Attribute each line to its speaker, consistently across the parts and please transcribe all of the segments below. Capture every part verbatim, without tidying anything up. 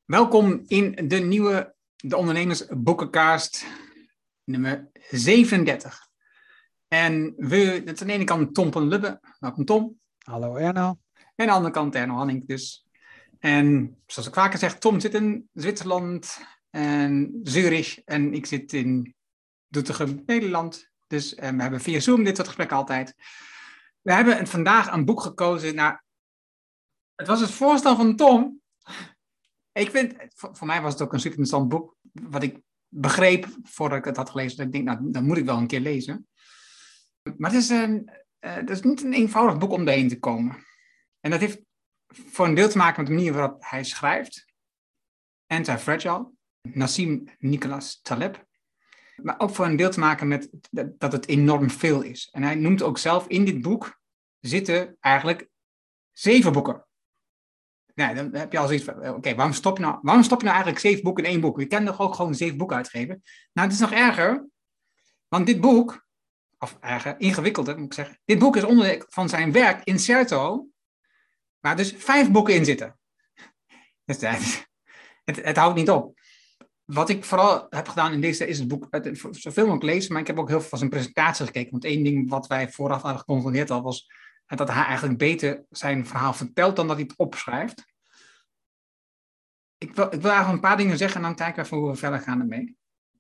Speaker 1: Welkom in de nieuwe De Ondernemersboekencast nummer zevenendertig. En we, dat is aan de ene kant Tom van Lubbe. Welkom Tom.
Speaker 2: Hallo Erno.
Speaker 1: En aan de andere kant Erno Hanning dus. En zoals ik vaker zeg, Tom zit in Zwitserland en Zurich en ik zit in Doetinchem, Nederland. Dus en we hebben via Zoom dit soort gesprekken altijd. We hebben vandaag een boek gekozen. Nou, het was het voorstel van Tom. Ik vind, voor, voor mij was het ook een super interessant boek, wat ik begreep voordat ik het had gelezen. Dat ik denk, nou, dat moet ik wel een keer lezen. Maar het is, een, uh, het is niet een eenvoudig boek om daarheen te komen. En dat heeft voor een deel te maken met de manier waarop hij schrijft. Anti-Fragile, Nassim Nicholas Taleb. Maar ook voor een deel te maken met dat het enorm veel is. En hij noemt ook zelf, in dit boek zitten eigenlijk zeven boeken. Nee, dan heb je al zoiets van, oké, okay, waarom, stop je nou, waarom stop je nou eigenlijk zeven boeken in één boek? Je kan toch ook gewoon zeven boeken uitgeven? Nou, het is nog erger, want dit boek, of erger, ingewikkelder moet ik zeggen, dit boek is onderdeel van zijn werk Incerto, waar dus vijf boeken in zitten. Dus het, het, het houdt niet op. Wat ik vooral heb gedaan in deze is het boek het, zoveel mogelijk lezen, maar ik heb ook heel veel van zijn presentatie gekeken, want één ding wat wij vooraf hadden geconfronteerd al was dat hij eigenlijk beter zijn verhaal vertelt dan dat hij het opschrijft. Ik wil, ik wil eigenlijk een paar dingen zeggen en dan kijken we even hoe we verder gaan ermee.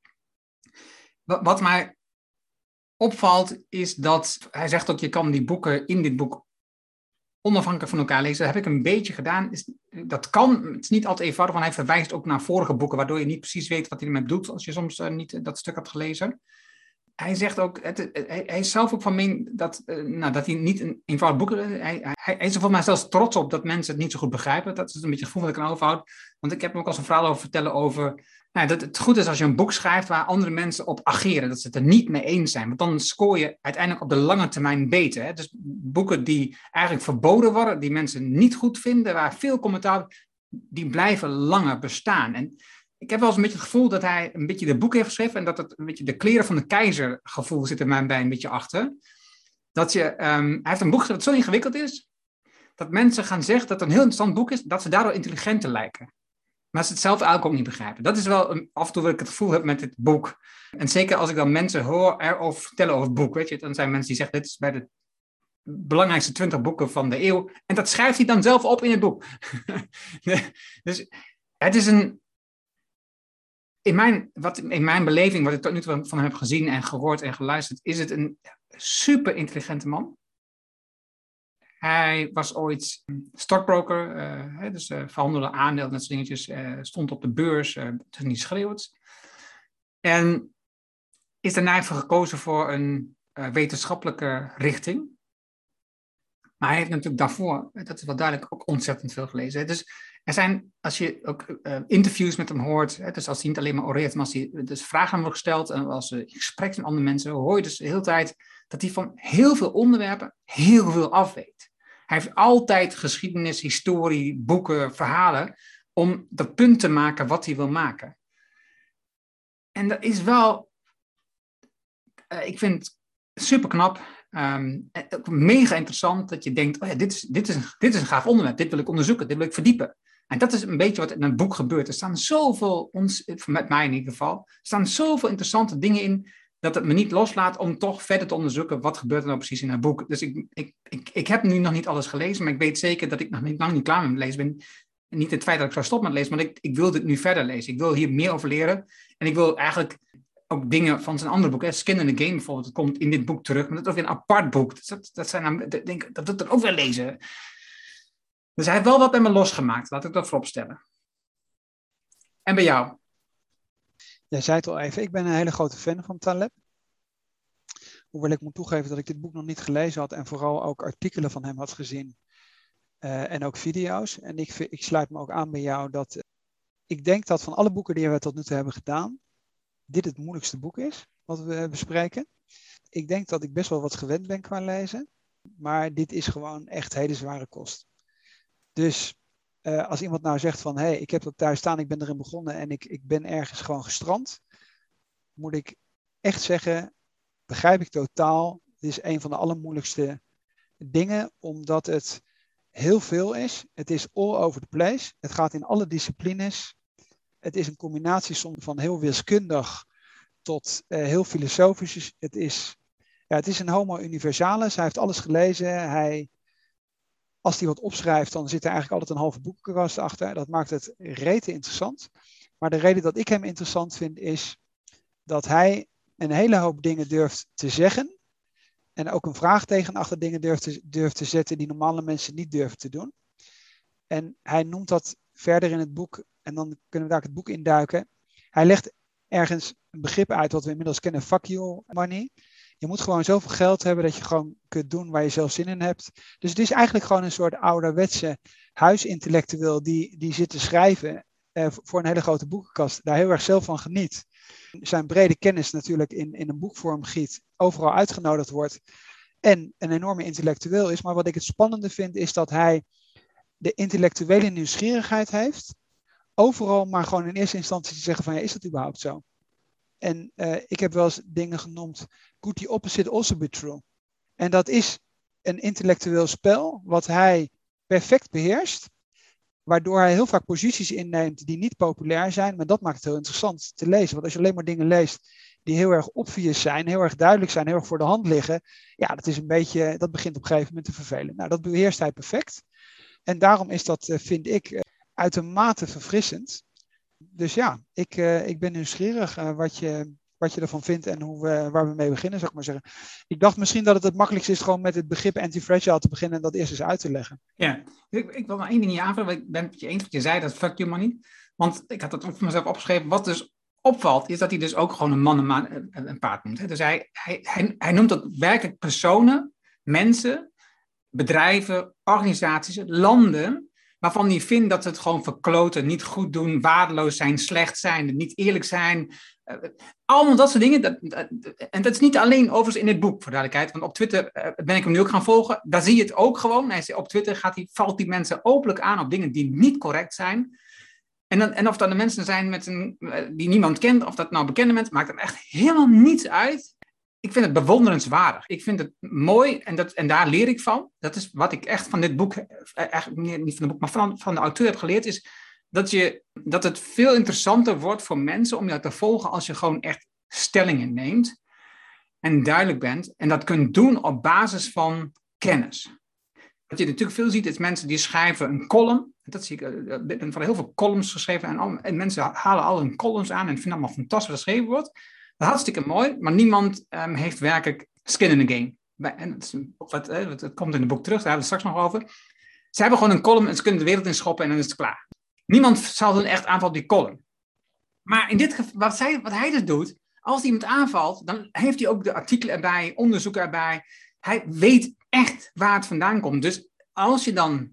Speaker 1: Wat, wat mij opvalt is dat, hij zegt ook, je kan die boeken in dit boek onafhankelijk van elkaar lezen. Dat heb ik een beetje gedaan. Is, dat kan, het is niet altijd eenvoudig, want hij verwijst ook naar vorige boeken, waardoor je niet precies weet wat hij ermee bedoelt als je soms uh, niet dat stuk hebt gelezen. Hij zegt ook, het, het, hij, hij is zelf ook van mening dat, uh, nou, dat hij niet een eenvoudig boek is. Hij, hij, hij is er volgens mij zelfs trots op dat mensen het niet zo goed begrijpen. Dat is een beetje het gevoel dat ik aan overhoud. Want ik heb hem ook als een verhaal over vertellen over nou, dat het goed is als je een boek schrijft waar andere mensen op ageren. Dat ze het er niet mee eens zijn. Want dan scoor je uiteindelijk op de lange termijn beter. Hè? Dus boeken die eigenlijk verboden worden, die mensen niet goed vinden, waar veel commentaar, die blijven langer bestaan. En ik heb wel eens een beetje het gevoel dat hij een beetje de boek heeft geschreven en dat het een beetje de kleren van de keizer gevoel zit er mij bij een beetje achter. Dat je, um, hij heeft een boek geschreven dat zo ingewikkeld is, dat mensen gaan zeggen dat het een heel interessant boek is, dat ze daardoor intelligenter lijken. Maar ze het zelf eigenlijk ook niet begrijpen. Dat is wel een, af en toe wat ik het gevoel heb met dit boek. En zeker als ik dan mensen hoor erover vertellen over het boek, weet je, dan zijn mensen die zeggen, dit is bij de belangrijkste twintig boeken van de eeuw. En dat schrijft hij dan zelf op in het boek. Dus het is een... In mijn, wat, in mijn beleving, wat ik tot nu toe van hem heb gezien en gehoord en geluisterd, is het een super intelligente man. Hij was ooit stockbroker, uh, dus uh, verhandelde aandelen, dat soort dingetjes, uh, stond op de beurs, uh, het is niet schreeuwend. En is daarna even gekozen voor een uh, wetenschappelijke richting. Maar hij heeft natuurlijk daarvoor, dat is wel duidelijk, ook ontzettend veel gelezen. Dus er zijn, als je ook uh, interviews met hem hoort, hè, dus als hij niet alleen maar oreert, maar als hij dus vragen aan wordt gesteld en als hij uh, gesprek met andere mensen, hoor je dus de hele tijd dat hij van heel veel onderwerpen heel veel af weet. Hij heeft altijd geschiedenis, historie, boeken, verhalen om dat punt te maken wat hij wil maken. En dat is wel, uh, ik vind het super knap. Um, mega interessant dat je denkt, oh ja, dit is, dit, is een, dit is een gaaf onderwerp, dit wil ik onderzoeken, dit wil ik verdiepen. En dat is een beetje wat in een boek gebeurt. Er staan zoveel, ons, met mij in ieder geval, er staan zoveel interessante dingen in, dat het me niet loslaat om toch verder te onderzoeken, wat gebeurt er nou precies in het boek. Dus ik, ik, ik, ik heb nu nog niet alles gelezen, maar ik weet zeker dat ik nog niet, lang niet klaar met het lezen ben. En niet het feit dat ik zou stoppen met lezen, maar ik, ik wil dit nu verder lezen. Ik wil hier meer over leren. En ik wil eigenlijk ook dingen van zijn andere boek, hè, Skin in the Game bijvoorbeeld, dat komt in dit boek terug, maar dat is ook weer een apart boek. Dus dat, dat, zijn, dat, denk, dat doet er ook weer lezen. Dus hij heeft wel wat bij me losgemaakt, laat ik dat vooropstellen. En bij jou?
Speaker 2: Jij zei het al even, ik ben een hele grote fan van Taleb. Hoewel ik moet toegeven dat ik dit boek nog niet gelezen had en vooral ook artikelen van hem had gezien. Uh, en ook video's. En ik, ik sluit me ook aan bij jou dat uh, ik denk dat van alle boeken die we tot nu toe hebben gedaan, dit het moeilijkste boek is wat we bespreken. Ik denk dat ik best wel wat gewend ben qua lezen. Maar dit is gewoon echt hele zware kost. Dus uh, als iemand nou zegt van, hé, hey, ik heb dat thuis staan, ik ben erin begonnen en ik, ik ben ergens gewoon gestrand. Moet ik echt zeggen, begrijp ik totaal. Dit is een van de allermoeilijkste dingen, omdat het heel veel is. Het is all over the place. Het gaat in alle disciplines. Het is een combinatie soms van heel wiskundig tot uh, heel filosofisch. Het is, ja, het is een homo universalis. Hij heeft alles gelezen. Hij, als hij wat opschrijft, dan zit er eigenlijk altijd een halve boekenkast achter. Dat maakt het rete interessant. Maar de reden dat ik hem interessant vind is dat hij een hele hoop dingen durft te zeggen. En ook een vraagteken achter dingen durft te, durft te zetten die normale mensen niet durven te doen. En hij noemt dat verder in het boek. En dan kunnen we daar het boek induiken. Hij legt ergens een begrip uit wat we inmiddels kennen. Fuck you money. Je moet gewoon zoveel geld hebben dat je gewoon kunt doen waar je zelf zin in hebt. Dus het is eigenlijk gewoon een soort ouderwetse huisintellectueel die, die zit te schrijven uh, voor een hele grote boekenkast. Daar heel erg zelf van geniet. Zijn brede kennis natuurlijk in, in een boekvorm giet. Overal uitgenodigd wordt. En een enorme intellectueel is. Maar wat ik het spannende vind is dat hij de intellectuele nieuwsgierigheid heeft. Overal maar gewoon in eerste instantie te zeggen van ja, is dat überhaupt zo? En uh, ik heb wel eens dingen genoemd, could the opposite also be true? En dat is een intellectueel spel wat hij perfect beheerst, waardoor hij heel vaak posities inneemt die niet populair zijn, maar dat maakt het heel interessant te lezen. Want als je alleen maar dingen leest die heel erg obvious zijn, heel erg duidelijk zijn, heel erg voor de hand liggen, ja, dat is een beetje, dat begint op een gegeven moment te vervelen. Nou, dat beheerst hij perfect. En daarom is dat, uh, vind ik, uh, uitermate verfrissend. Dus ja, ik, uh, ik ben nieuwsgierig uh, wat, je, wat je ervan vindt en hoe we, waar we mee beginnen, zou ik maar zeggen. Ik dacht misschien dat het het makkelijkste is gewoon met het begrip anti-fragile te beginnen en dat eerst eens uit te leggen.
Speaker 1: Ja, ik, ik wil maar één ding hier aanvullen. Ik ben het met je eens wat je zei, dat fuck you money. Want ik had dat ook voor mezelf opgeschreven. Wat dus opvalt, is dat hij dus ook gewoon een man en ma- een paard noemt. Hè? Dus hij, hij, hij, hij noemt ook werkelijk personen, mensen, bedrijven, organisaties, landen, waarvan hij vindt dat ze het gewoon verkloten, niet goed doen, waardeloos zijn, slecht zijn, niet eerlijk zijn. Uh, allemaal dat soort dingen. Dat, dat, en dat is niet alleen overigens in het boek, voor duidelijkheid. Want op Twitter uh, ben ik hem nu ook gaan volgen. Daar zie je het ook gewoon. Hij, op Twitter gaat hij, valt die mensen openlijk aan op dingen die niet correct zijn. En, dan, en of dat de mensen zijn met een, die niemand kent, of dat nou bekende mensen, maakt hem echt helemaal niets uit. Ik vind het bewonderenswaardig. Ik vind het mooi en, dat, en daar leer ik van. Dat is wat ik echt van dit boek, eigenlijk niet van het boek, maar van, van de auteur heb geleerd, is dat, je, dat het veel interessanter wordt voor mensen om jou te volgen als je gewoon echt stellingen neemt en duidelijk bent. En dat kunt doen op basis van kennis. Wat je natuurlijk veel ziet, is mensen die schrijven een column. Dat zie ik, er worden heel veel columns geschreven en, al, en mensen halen al hun columns aan en vinden allemaal fantastisch wat geschreven wordt. Dat is hartstikke mooi, maar niemand um, heeft werkelijk skin in the game. Bij, en dat, is wat, hè, dat komt in het boek terug, daar hebben we het straks nog over. Ze hebben gewoon een column en ze kunnen de wereld inschoppen en dan is het klaar. Niemand zal dan echt aanvallen op die column. Maar in dit geval, wat, zij, wat hij dus doet, als iemand aanvalt, dan heeft hij ook de artikelen erbij, onderzoeken erbij. Hij weet echt waar het vandaan komt. Dus als je dan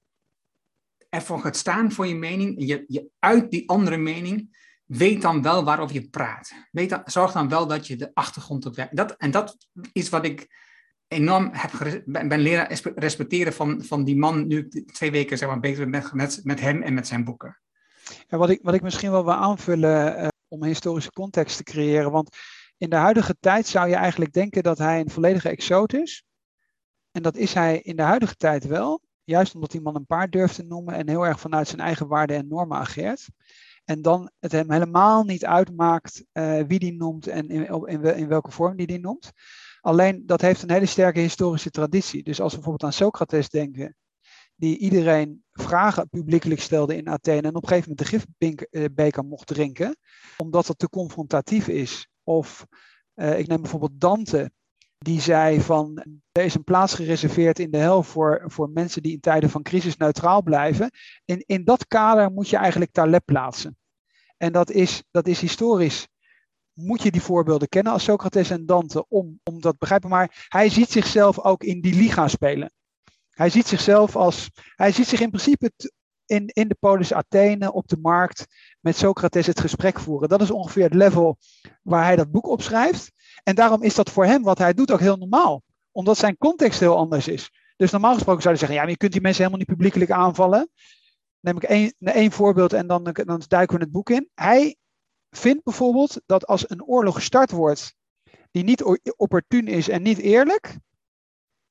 Speaker 1: ervoor gaat staan voor je mening, je, je uit die andere mening, weet dan wel waarover je praat. Weet dan, zorg dan wel dat je de achtergrond op werkt. Dat, en dat is wat ik enorm heb gere- ben leren respecteren van, van die man, nu ik twee weken zeg maar, bezig ben met, met hem en met zijn boeken.
Speaker 2: En wat ik, wat ik misschien wel wil aanvullen uh, om een historische context te creëren, want in de huidige tijd zou je eigenlijk denken dat hij een volledige exoot is. En dat is hij in de huidige tijd wel, juist omdat die man een paard durft te noemen en heel erg vanuit zijn eigen waarden en normen ageert. En dan het hem helemaal niet uitmaakt uh, wie die noemt en in, in, in welke vorm die die noemt. Alleen dat heeft een hele sterke historische traditie. Dus als we bijvoorbeeld aan Socrates denken, die iedereen vragen publiekelijk stelde in Athene en op een gegeven moment de gifbeker mocht drinken, omdat dat te confrontatief is. Of uh, ik neem bijvoorbeeld Dante, die zei van er is een plaats gereserveerd in de hel voor, voor mensen die in tijden van crisis neutraal blijven. In, in dat kader moet je eigenlijk Taleb plaatsen. En dat is, dat is historisch. Moet je die voorbeelden kennen als Socrates en Dante om, om dat te begrijpen. Maar hij ziet zichzelf ook in die liga spelen. Hij ziet zichzelf als, hij ziet zich in principe t, in, in de polis Athene op de markt met Socrates het gesprek voeren. Dat is ongeveer het level waar hij dat boek op schrijft. En daarom is dat voor hem wat hij doet ook heel normaal. Omdat zijn context heel anders is. Dus normaal gesproken zou hij zeggen, ja, maar je kunt die mensen helemaal niet publiekelijk aanvallen. Neem ik één, één voorbeeld en dan, dan duiken we het boek in. Hij vindt bijvoorbeeld dat als een oorlog gestart wordt die niet opportun is en niet eerlijk,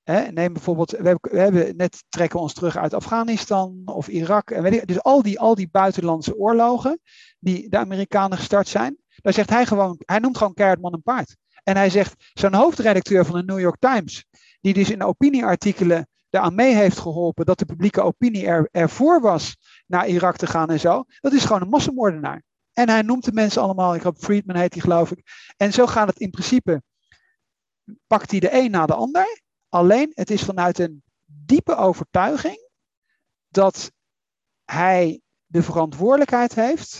Speaker 2: Hè, neem bijvoorbeeld, we hebben, we hebben net trekken we ons terug uit Afghanistan of Irak. En weet ik, dus al die, al die buitenlandse oorlogen die de Amerikanen gestart zijn, daar zegt hij gewoon, hij noemt gewoon keihard man en paard. En hij zegt, zo'n hoofdredacteur van de New York Times, die dus in opinieartikelen eraan mee heeft geholpen dat de publieke opinie er, ervoor was naar Irak te gaan en zo, dat is gewoon een massamoordenaar. En hij noemt de mensen allemaal, ik geloof Friedman heet die geloof ik. En zo gaat het in principe, pakt hij de een na de ander. Alleen het is vanuit een diepe overtuiging dat hij de verantwoordelijkheid heeft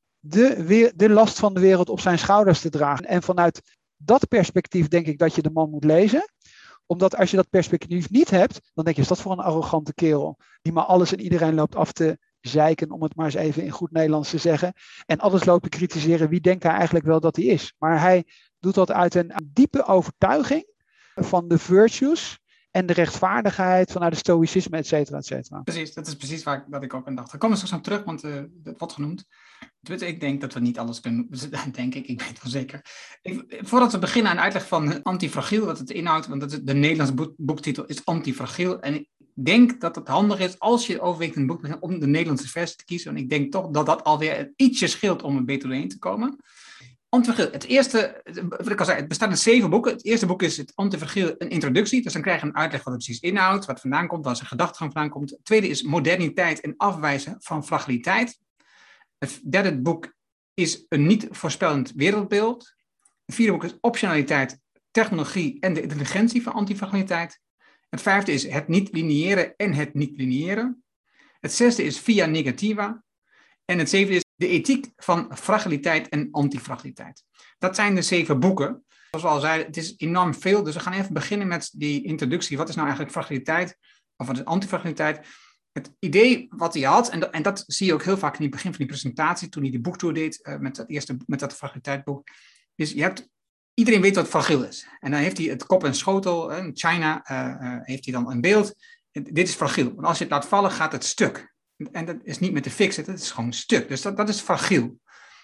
Speaker 2: de, de last van de wereld op zijn schouders te dragen. En vanuit dat perspectief denk ik dat je de man moet lezen. Omdat als je dat perspectief niet hebt, dan denk je, is dat voor een arrogante kerel die maar alles en iedereen loopt af te zeiken, om het maar eens even in goed Nederlands te zeggen. En alles loopt te kritiseren, wie denkt hij eigenlijk wel dat hij is. Maar hij doet dat uit een diepe overtuiging van de virtues en de rechtvaardigheid vanuit het stoïcisme, et cetera, et cetera.
Speaker 1: Precies, dat is precies waar ik, dat ik ook aan dacht. Daar komen we straks aan terug, want uh, dat wordt genoemd. Ik denk dat we niet alles kunnen, denk ik, ik weet het wel zeker. Ik, voordat we beginnen aan uitleg van antifragiel, wat het inhoudt, want dat is, de Nederlandse boek, boektitel is antifragiel. En ik denk dat het handig is, als je overweegt een boek begint, om de Nederlandse versie te kiezen. Want ik denk toch dat dat alweer ietsje scheelt om er beter doorheen te komen. Antifragiel. Het eerste, wat ik al zei, het bestaat uit zeven boeken. Het eerste boek is het Antifragiel, een introductie. Dus dan krijg je een uitleg wat het precies inhoudt, wat vandaan komt, waar zijn gedachtegang vandaan komt. Het tweede is moderniteit en afwijzen van fragiliteit. Het derde boek is een niet voorspellend wereldbeeld. Het vierde boek is optionaliteit, technologie en de intelligentie van antifragiliteit. Het vijfde is het niet-lineaire en het niet-lineaire. Het zesde is via negativa. En het zevende is de ethiek van fragiliteit en antifragiliteit. Dat zijn de zeven boeken. Zoals we al zeiden, het is enorm veel. Dus we gaan even beginnen met die introductie. Wat is nou eigenlijk fragiliteit? Of wat is antifragiliteit? Het idee wat hij had, en dat, en dat zie je ook heel vaak in het begin van die presentatie, toen hij die boektour deed uh, met dat eerste met dat fragiliteitboek, is je hebt, iedereen weet wat fragiel is. En dan heeft hij het kop en schotel, uh, China, uh, uh, heeft hij dan een beeld. Dit is fragiel, want als je het laat vallen, gaat het stuk. En dat is niet met de fix, het is gewoon stuk. Dus dat, dat is fragiel.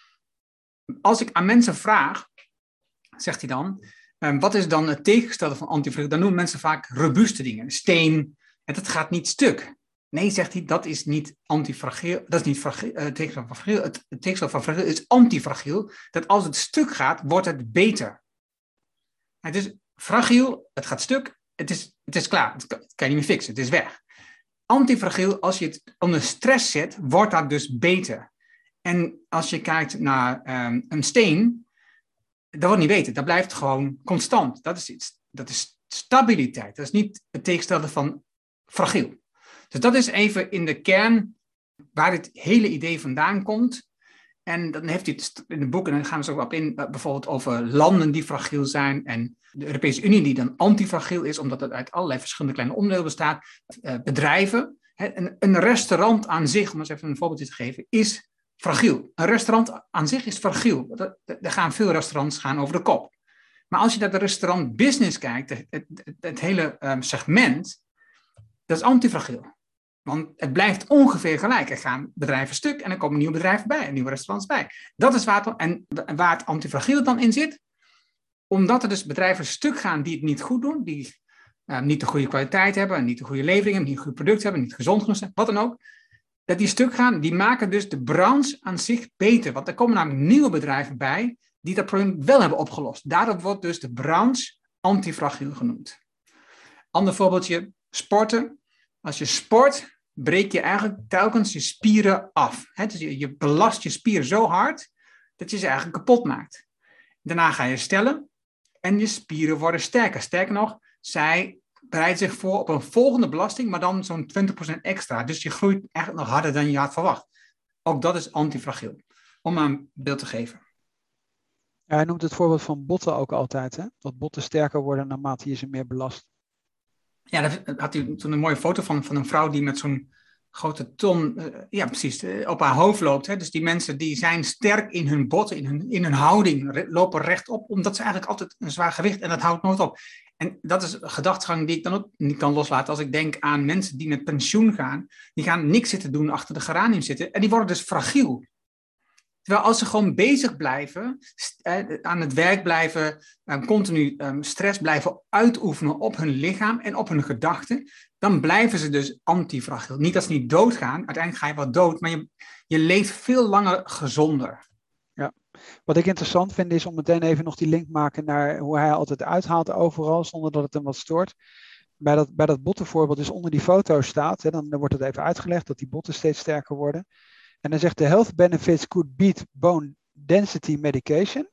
Speaker 1: Als ik aan mensen vraag, zegt hij dan, um, wat is dan het tegengestelde van antifragiel? Dan noemen mensen vaak robuuste dingen, steen, en dat gaat niet stuk. Nee, zegt hij, dat is niet antifragiel. Dat is niet fragiel, uh, het tegenstel van fragiel. Het, het tegenstel van fragiel is antifragiel. Dat als het stuk gaat, wordt het beter. Het is fragiel, het gaat stuk, het is, het is klaar. Het kan, het kan je niet meer fixen, het is weg. Antifragiel, als je het onder stress zet, wordt dat dus beter. En als je kijkt naar um, een steen, dat wordt niet beter. Dat blijft gewoon constant. Dat is, iets, dat is stabiliteit. Dat is niet het tegenstelde van fragiel. Dus dat is even in de kern waar het hele idee vandaan komt. En dan heeft hij het in het boek, en dan gaan we zo op in, bijvoorbeeld over landen die fragiel zijn. En de Europese Unie die dan antifragiel is, omdat het uit allerlei verschillende kleine onderdelen bestaat. Uh, bedrijven, hè, een, een restaurant aan zich, om eens even een voorbeeldje te geven, is fragiel. Een restaurant aan zich is fragiel. Er gaan veel restaurants gaan over de kop. Maar als je naar de restaurantbusiness kijkt, het, het, het, het hele um, segment, dat is antifragiel. Want het blijft ongeveer gelijk. Er gaan bedrijven stuk en er komen nieuwe bedrijven bij en nieuwe restaurants bij. Dat is waar het, en waar het antifragiel dan in zit. Omdat er dus bedrijven stuk gaan die het niet goed doen, die uh, niet de goede kwaliteit hebben, niet de goede leveringen, niet een goed product hebben, niet gezond genoeg zijn, wat dan ook. Dat die stuk gaan, die maken dus de branche aan zich beter. Want er komen namelijk nieuwe bedrijven bij die dat probleem wel hebben opgelost. Daardoor wordt dus de branche antifragiel genoemd. Ander voorbeeldje, sporten. Als je sport, breek je eigenlijk telkens je spieren af. He, dus je, je belast je spieren zo hard dat je ze eigenlijk kapot maakt. Daarna ga je stellen en je spieren worden sterker. Sterker nog, zij bereiden zich voor op een volgende belasting, maar dan zo'n twintig procent extra. Dus je groeit eigenlijk nog harder dan je had verwacht. Ook dat is antifragiel. Om maar een beeld te geven.
Speaker 2: Ja, hij noemt het voorbeeld van botten ook altijd. Hè? Dat botten sterker worden naarmate je ze meer belast.
Speaker 1: Ja, daar had hij toen een mooie foto van, van een vrouw die met zo'n grote ton, uh, ja precies, uh, op haar hoofd loopt. Hè. Dus die mensen die zijn sterk in hun botten, in hun, in hun houding, re- lopen rechtop, omdat ze eigenlijk altijd een zwaar gewicht en dat houdt nooit op. En dat is een gedachtegang die ik dan ook niet kan loslaten als ik denk aan mensen die met pensioen gaan. Die gaan niks zitten doen, achter de geranium zitten en die worden dus fragiel. Terwijl als ze gewoon bezig blijven, st- eh, aan het werk blijven, um, continu um, stress blijven uitoefenen op hun lichaam en op hun gedachten, dan blijven ze dus antifragiel. Niet dat ze niet doodgaan, uiteindelijk ga je wel dood, maar je, je leeft veel langer gezonder.
Speaker 2: Ja. Wat ik interessant vind is om meteen even nog die link maken naar hoe hij altijd uithaalt overal, zonder dat het hem wat stoort. Bij dat, bij dat bottenvoorbeeld, dus onder die foto staat, hè, dan, dan wordt het even uitgelegd dat die botten steeds sterker worden. En dan zegt de health benefits could beat bone density medication.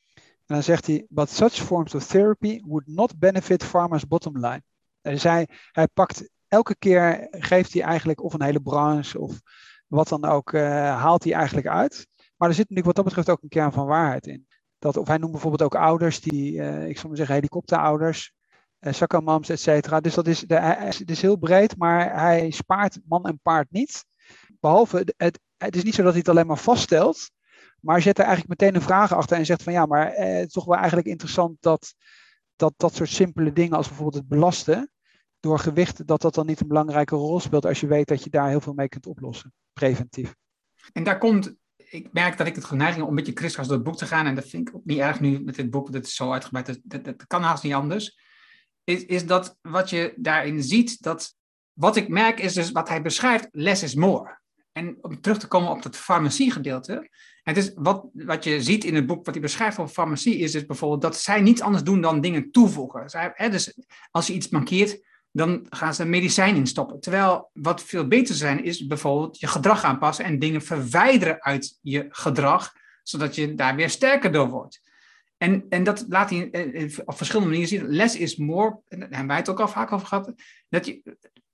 Speaker 2: En dan zegt hij, but such forms of therapy would not benefit farmers' bottom line. Dus hij, hij pakt elke keer, geeft hij eigenlijk of een hele branche of wat dan ook, uh, haalt hij eigenlijk uit. Maar er zit natuurlijk wat dat betreft ook een kern van waarheid in. Dat, of hij noemt bijvoorbeeld ook ouders, die, uh, ik zou maar zeggen helikopterouders, uh, sakkamams, et cetera. Dus dat is, de, het is heel breed, maar hij spaart man en paard niet. Behalve, het, het is niet zo dat hij het alleen maar vaststelt, maar hij zet er eigenlijk meteen een vraag achter en zegt van ja, maar eh, het is toch wel eigenlijk interessant dat, dat dat soort simpele dingen als bijvoorbeeld het belasten door gewicht, dat dat dan niet een belangrijke rol speelt als je weet dat je daar heel veel mee kunt oplossen, preventief.
Speaker 1: En daar komt, ik merk dat ik het geneigd om een beetje kriskras door het boek te gaan en dat vind ik ook niet erg nu met dit boek, dat is zo uitgebreid, dat, dat, dat kan haast niet anders, is, is dat wat je daarin ziet, dat wat ik merk is dus wat hij beschrijft, less is more. En om terug te komen op het farmacie-gedeelte. Het is wat, wat je ziet in het boek, wat hij beschrijft over farmacie, is dus bijvoorbeeld dat zij niets anders doen dan dingen toevoegen. Zij, hè, dus als je iets mankeert, dan gaan ze een medicijn in stoppen. Terwijl wat veel beter zijn, is bijvoorbeeld je gedrag aanpassen en dingen verwijderen uit je gedrag, zodat je daar weer sterker door wordt. En, en dat laat hij op verschillende manieren zien. Less is more, en daar hebben wij het ook al vaak over gehad. Dat je,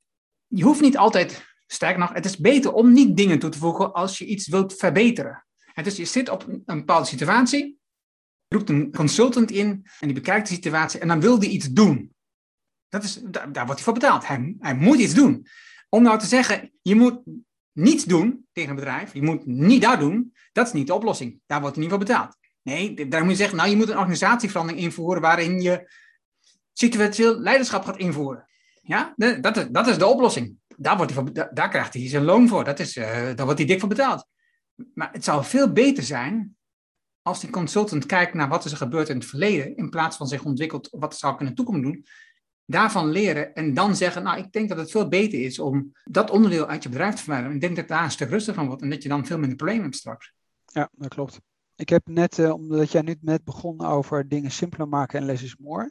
Speaker 1: je hoeft niet altijd... Sterker nog, het is beter om niet dingen toe te voegen als je iets wilt verbeteren. En dus je zit op een, een bepaalde situatie, roept een consultant in en die bekijkt de situatie en dan wil die iets doen. Dat is, daar, daar wordt hij voor betaald. Hij, hij moet iets doen. Om nou te zeggen, je moet niets doen tegen een bedrijf, je moet niet dat doen, dat is niet de oplossing. Daar wordt hij niet voor betaald. Nee, daar moet je zeggen, nou je moet een organisatieverandering invoeren waarin je situationeel leiderschap gaat invoeren. Ja, dat is, dat is de oplossing. Daar, wordt hij voor, daar, daar krijgt hij zijn loon voor. Dat is, uh, daar wordt hij dik voor betaald. Maar het zou veel beter zijn als die consultant kijkt naar wat is er gebeurd in het verleden, in plaats van zich ontwikkelt wat zou ik in de toekomst doen, daarvan leren en dan zeggen, nou, ik denk dat het veel beter is om dat onderdeel uit je bedrijf te verwijderen. Ik denk dat daar een stuk rustiger van wordt en dat je dan veel minder problemen hebt straks.
Speaker 2: Ja, dat klopt. Ik heb net, uh, omdat jij nu net begon over dingen simpeler maken en less is more.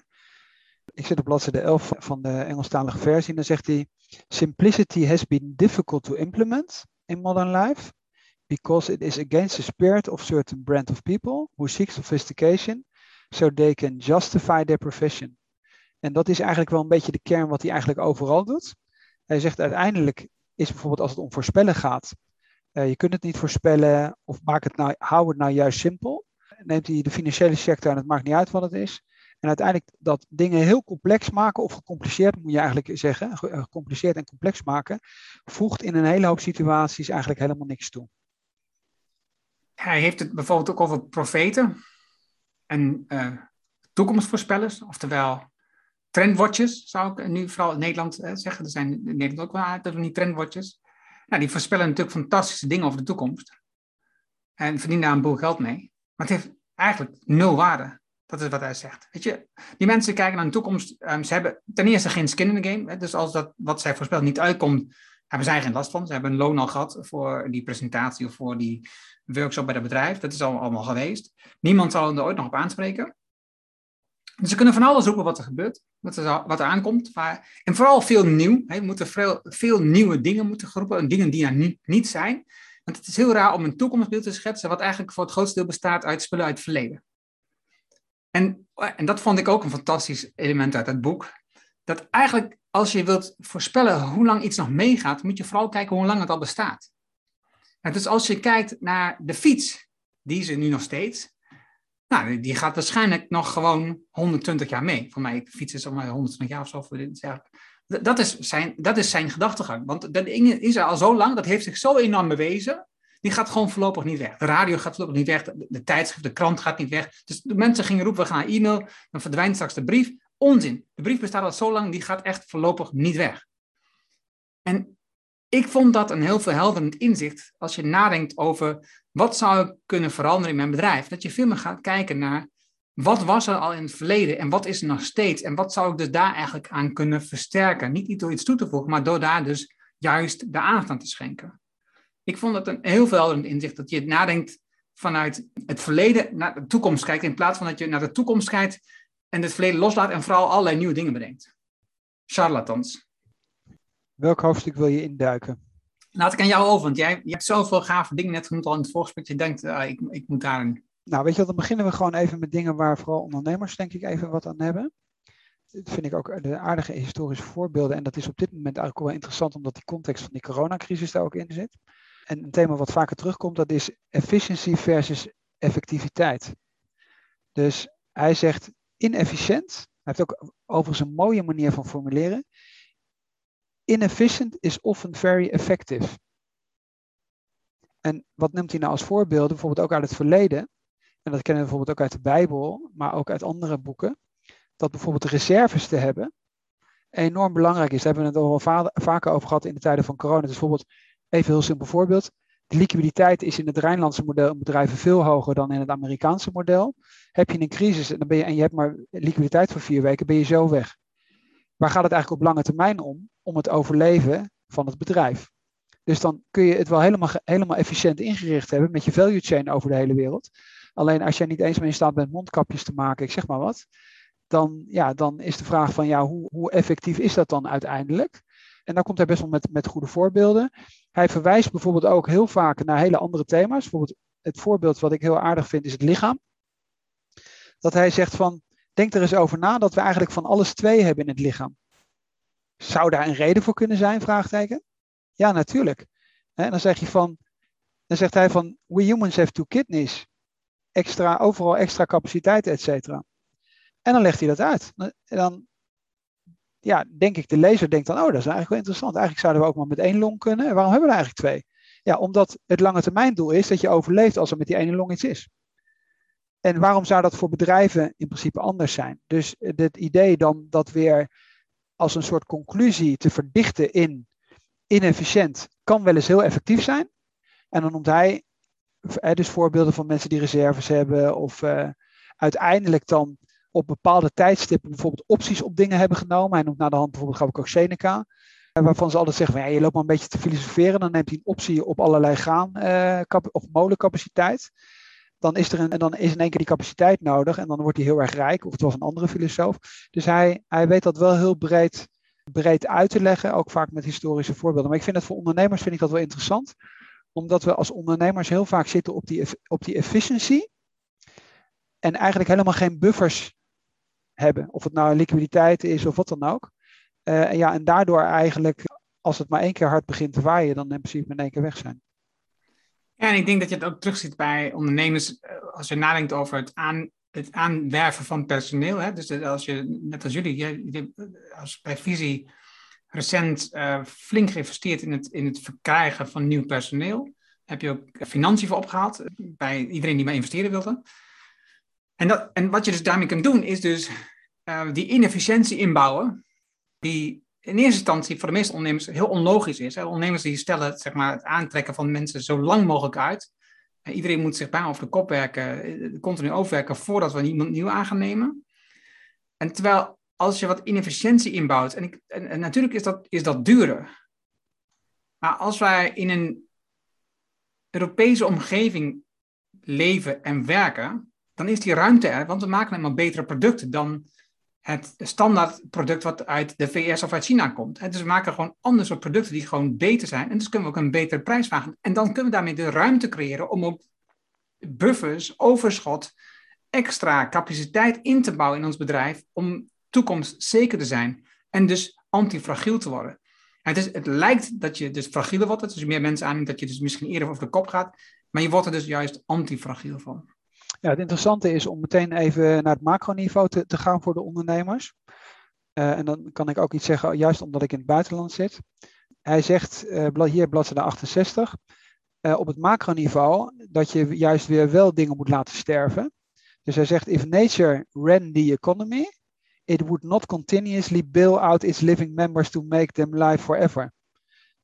Speaker 2: Ik zit op bladzijde elf van de Engelstalige versie en dan zegt hij, simplicity has been difficult to implement in modern life because it is against the spirit of certain brand of people who seek sophistication so they can justify their profession. En dat is eigenlijk wel een beetje de kern wat hij eigenlijk overal doet. Hij zegt uiteindelijk is bijvoorbeeld als het om voorspellen gaat, uh, je kunt het niet voorspellen of maak het nou, hou het nou juist simpel. Neemt hij de financiële sector en het maakt niet uit wat het is. En uiteindelijk dat dingen heel complex maken, of gecompliceerd moet je eigenlijk zeggen, gecompliceerd en complex maken, voegt in een hele hoop situaties eigenlijk helemaal niks toe.
Speaker 1: Hij heeft het bijvoorbeeld ook over profeten en uh, toekomstvoorspellers, oftewel trendwatchers, zou ik nu vooral in Nederland uh, zeggen. Er zijn in Nederland ook wel dat we niet trendwatchers. Nou, die voorspellen natuurlijk fantastische dingen over de toekomst en verdienen daar een boel geld mee. Maar het heeft eigenlijk nul waarde. Dat is wat hij zegt. Weet je, die mensen kijken naar de toekomst. Um, ze hebben ten eerste geen skin in the game. Hè, dus als dat wat zij voorspellen niet uitkomt, hebben zij geen last van. Ze hebben een loon al gehad voor die presentatie of voor die workshop bij het bedrijf. Dat is al allemaal geweest. Niemand zal er ooit nog op aanspreken. Dus ze kunnen van alles roepen wat er gebeurt, wat er, wat er aankomt. Maar, en vooral veel nieuw. Hè, moeten veel, veel nieuwe dingen moeten geroepen. Dingen die er niet, niet zijn. Want het is heel raar om een toekomstbeeld te schetsen wat eigenlijk voor het grootste deel bestaat uit spullen uit het verleden. En, en dat vond ik ook een fantastisch element uit het boek. Dat eigenlijk als je wilt voorspellen hoe lang iets nog meegaat, moet je vooral kijken hoe lang het al bestaat. En dus als je kijkt naar de fiets, die is er nu nog steeds. Nou, die gaat waarschijnlijk nog gewoon honderdtwintig jaar mee. Voor mij, fiets is al maar honderdtwintig jaar of zo. Voor dit, ja. dat, is zijn, dat is zijn gedachtegang. Want dat ding is er al zo lang, dat heeft zich zo enorm bewezen. Die gaat gewoon voorlopig niet weg. De radio gaat voorlopig niet weg. De, de tijdschrift, de krant gaat niet weg. Dus de mensen gingen roepen, we gaan naar e-mail. Dan verdwijnt straks de brief. Onzin. De brief bestaat al zo lang, die gaat echt voorlopig niet weg. En ik vond dat een heel verhelderend inzicht als je nadenkt over wat zou ik kunnen veranderen in mijn bedrijf. Dat je veel meer gaat kijken naar wat was er al in het verleden en wat is er nog steeds en wat zou ik dus daar eigenlijk aan kunnen versterken. Niet door iets toe te voegen, maar door daar dus juist de aandacht aan te schenken. Ik vond het een heel verhelderend inzicht dat je nadenkt vanuit het verleden naar de toekomst kijkt in plaats van dat je naar de toekomst kijkt en het verleden loslaat en vooral allerlei nieuwe dingen bedenkt. Charlatans.
Speaker 2: Welk hoofdstuk wil je induiken?
Speaker 1: Laat ik aan jou over, want jij je hebt zoveel gave dingen net genoemd al in het voorgesprek. Je denkt, uh, ik, ik moet daarin.
Speaker 2: Nou, weet je wat, dan beginnen we gewoon even met dingen waar vooral ondernemers denk ik even wat aan hebben. Dat vind ik ook de aardige historische voorbeelden. En dat is op dit moment eigenlijk wel interessant, omdat die context van die coronacrisis daar ook in zit. En een thema wat vaker terugkomt, dat is efficiency versus effectiviteit. Dus hij zegt inefficiënt. Hij heeft ook overigens een mooie manier van formuleren. Inefficient is often very effective. En wat neemt hij nou als voorbeeld? Bijvoorbeeld ook uit het verleden. En dat kennen we bijvoorbeeld ook uit de Bijbel, maar ook uit andere boeken. Dat bijvoorbeeld reserves te hebben enorm belangrijk is. Daar hebben we het al va- vaker over gehad in de tijden van corona. Dus bijvoorbeeld, even een heel simpel voorbeeld. De liquiditeit is in het Rijnlandse model in bedrijven veel hoger dan in het Amerikaanse model. Heb je een crisis en, dan ben je, en je hebt maar liquiditeit voor vier weken, ben je zo weg. Waar gaat het eigenlijk op lange termijn om? Om het overleven van het bedrijf. Dus dan kun je het wel helemaal, helemaal efficiënt ingericht hebben met je value chain over de hele wereld. Alleen als jij niet eens meer in staat bent mondkapjes te maken, ik zeg maar wat, dan, ja, dan is de vraag van ja, hoe, hoe effectief is dat dan uiteindelijk? En dan komt hij best wel met, met goede voorbeelden. Hij verwijst bijvoorbeeld ook heel vaak naar hele andere thema's. Bijvoorbeeld het voorbeeld wat ik heel aardig vind is het lichaam. Dat hij zegt van, denk er eens over na dat we eigenlijk van alles twee hebben in het lichaam. Zou daar een reden voor kunnen zijn? Vraagteken. Ja, natuurlijk. En dan zeg je van, dan zegt hij van, we humans have two kidneys. Extra, overal extra capaciteit, et cetera. En dan legt hij dat uit. En dan, ja, denk ik, de lezer denkt dan, oh, dat is eigenlijk wel interessant. Eigenlijk zouden we ook maar met één long kunnen. En waarom hebben we er eigenlijk twee? Ja, omdat het lange termijn doel is dat je overleeft als er met die ene long iets is. En waarom zou dat voor bedrijven in principe anders zijn? Dus het idee dan dat weer als een soort conclusie te verdichten in inefficiënt kan wel eens heel effectief zijn. En dan noemt hij dus voorbeelden van mensen die reserves hebben of uh, uiteindelijk dan op bepaalde tijdstippen bijvoorbeeld opties op dingen hebben genomen. Hij noemt naar de hand bijvoorbeeld geloof ik ook Seneca, waarvan ze altijd zeggen van ja, je loopt maar een beetje te filosoferen, dan neemt hij een optie op allerlei graan uh, kap- of molencapaciteit. Dan is er een, en dan is in één keer die capaciteit nodig en dan wordt hij heel erg rijk, of het was een andere filosoof. Dus hij, hij weet dat wel heel breed, breed uit te leggen, ook vaak met historische voorbeelden. Maar ik vind het voor ondernemers vind ik dat wel interessant, omdat we als ondernemers heel vaak zitten op die, op die efficiency en eigenlijk helemaal geen buffers hebben. Of het nou liquiditeit is of wat dan ook. Uh, en, ja, en daardoor eigenlijk, als het maar één keer hard begint te waaien, dan in principe in één keer weg zijn.
Speaker 1: Ja, en ik denk dat je het ook terugziet bij ondernemers als je nadenkt over het, aan, het aanwerven van personeel. Hè? Dus als je, net als jullie, je, als bij Visie recent uh, flink geïnvesteerd in het, in het verkrijgen van nieuw personeel. Heb je ook financiën voor opgehaald bij iedereen die maar investeren wilde. En, dat, en wat je dus daarmee kunt doen is dus uh, die inefficiëntie inbouwen, die in eerste instantie voor de meeste ondernemers heel onlogisch is. Hè? Ondernemers die stellen zeg maar, het aantrekken van mensen zo lang mogelijk uit. Uh, iedereen moet zich bijna over de kop werken, uh, continu overwerken voordat we iemand nieuw aan gaan nemen. En terwijl als je wat inefficiëntie inbouwt, en, ik, en, en natuurlijk is dat, is dat duurder. Maar als wij in een Europese omgeving leven en werken, dan is die ruimte er, want we maken alleen maar betere producten dan het standaard product wat uit de V S of uit China komt. Dus we maken gewoon andere soort producten die gewoon beter zijn en dus kunnen we ook een betere prijs vragen. En dan kunnen we daarmee de ruimte creëren om ook buffers, overschot, extra capaciteit in te bouwen in ons bedrijf om toekomst zeker te zijn en dus antifragiel te worden. Het, is, het lijkt dat je dus fragieler wordt, dus als je meer mensen aanneemt, dat je dus misschien eerder over de kop gaat, maar je wordt er dus juist antifragiel van.
Speaker 2: Ja, het interessante is om meteen even naar het macroniveau te, te gaan voor de ondernemers. Uh, en dan kan ik ook iets zeggen, juist omdat ik in het buitenland zit. Hij zegt, uh, hier bladzijde achtenzestig, uh, op het macroniveau dat je juist weer wel dingen moet laten sterven. Dus hij zegt, if nature ran the economy, it would not continuously bail out its living members to make them live forever.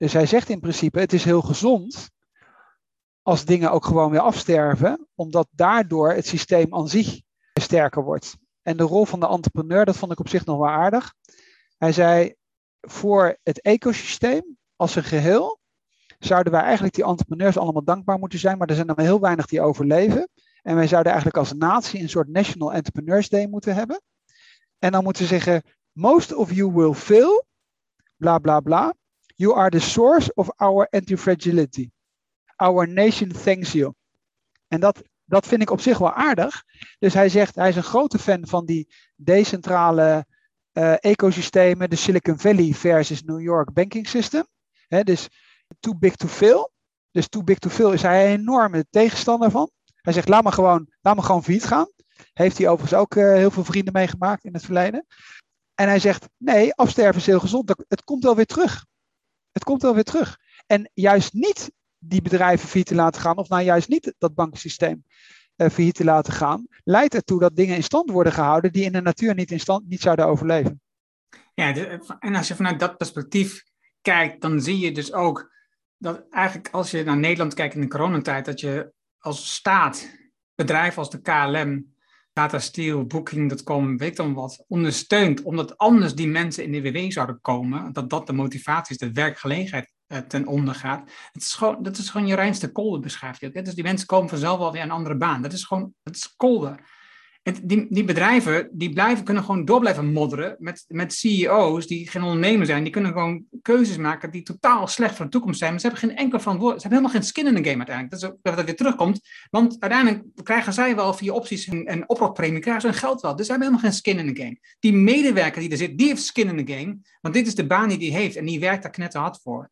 Speaker 2: Dus hij zegt in principe, het is heel gezond als dingen ook gewoon weer afsterven, omdat daardoor het systeem aan zich sterker wordt. En de rol van de entrepreneur, dat vond ik op zich nog wel aardig. Hij zei, voor het ecosysteem als een geheel zouden wij eigenlijk die entrepreneurs allemaal dankbaar moeten zijn, maar er zijn er maar heel weinig die overleven. En wij zouden eigenlijk als natie een soort National Entrepreneurs Day moeten hebben. En dan moeten we zeggen, most of you will fail, bla bla bla. You are the source of our anti-fragility. Our nation thanks you. En dat, dat vind ik op zich wel aardig. Dus hij zegt, hij is een grote fan van die decentrale uh, ecosystemen, de Silicon Valley versus New York banking system. He, dus too big to fail. Dus too big to fail is hij een enorme tegenstander van. Hij zegt, laat me gewoon, laat me gewoon failliet gaan. Heeft hij overigens ook uh, heel veel vrienden meegemaakt in het verleden. En hij zegt, nee, afsterven is heel gezond. Het komt wel weer terug. Het komt wel weer terug. En juist niet die bedrijven failliet te laten gaan, of nou juist niet dat bankensysteem uh, failliet te laten gaan, leidt ertoe dat dingen in stand worden gehouden die in de natuur niet in stand niet zouden overleven.
Speaker 1: Ja, de, en als je vanuit dat perspectief kijkt, dan zie je dus ook dat eigenlijk als je naar Nederland kijkt in de coronatijd, dat je als staat, bedrijven als de K L M, Tata Steel, Booking punt com, weet ik dan wat, ondersteunt, omdat anders die mensen in de W W zouden komen, dat dat de motivatie is, de werkgelegenheid uh, ten onder gaat. Het is gewoon, dat is gewoon je reinste kolder, beschrijft hij ook. Dus die mensen komen vanzelf wel weer een andere baan. Dat is gewoon, dat is kolder. Het, die, die bedrijven, die blijven, kunnen gewoon door blijven modderen met, met C E O's die geen ondernemer zijn. Die kunnen gewoon keuzes maken die totaal slecht voor de toekomst zijn. Maar ze hebben geen enkel verantwoordelijkheid. Ze hebben helemaal geen skin in de game uiteindelijk. Dat is ook dat het weer terugkomt. Want uiteindelijk krijgen zij wel via opties en, en oprotpremie, krijgen ze hun geld wel. Dus ze hebben helemaal geen skin in de game. Die medewerker die er zit, die heeft skin in de game. Want dit is de baan die hij heeft en die werkt daar knetterhard voor.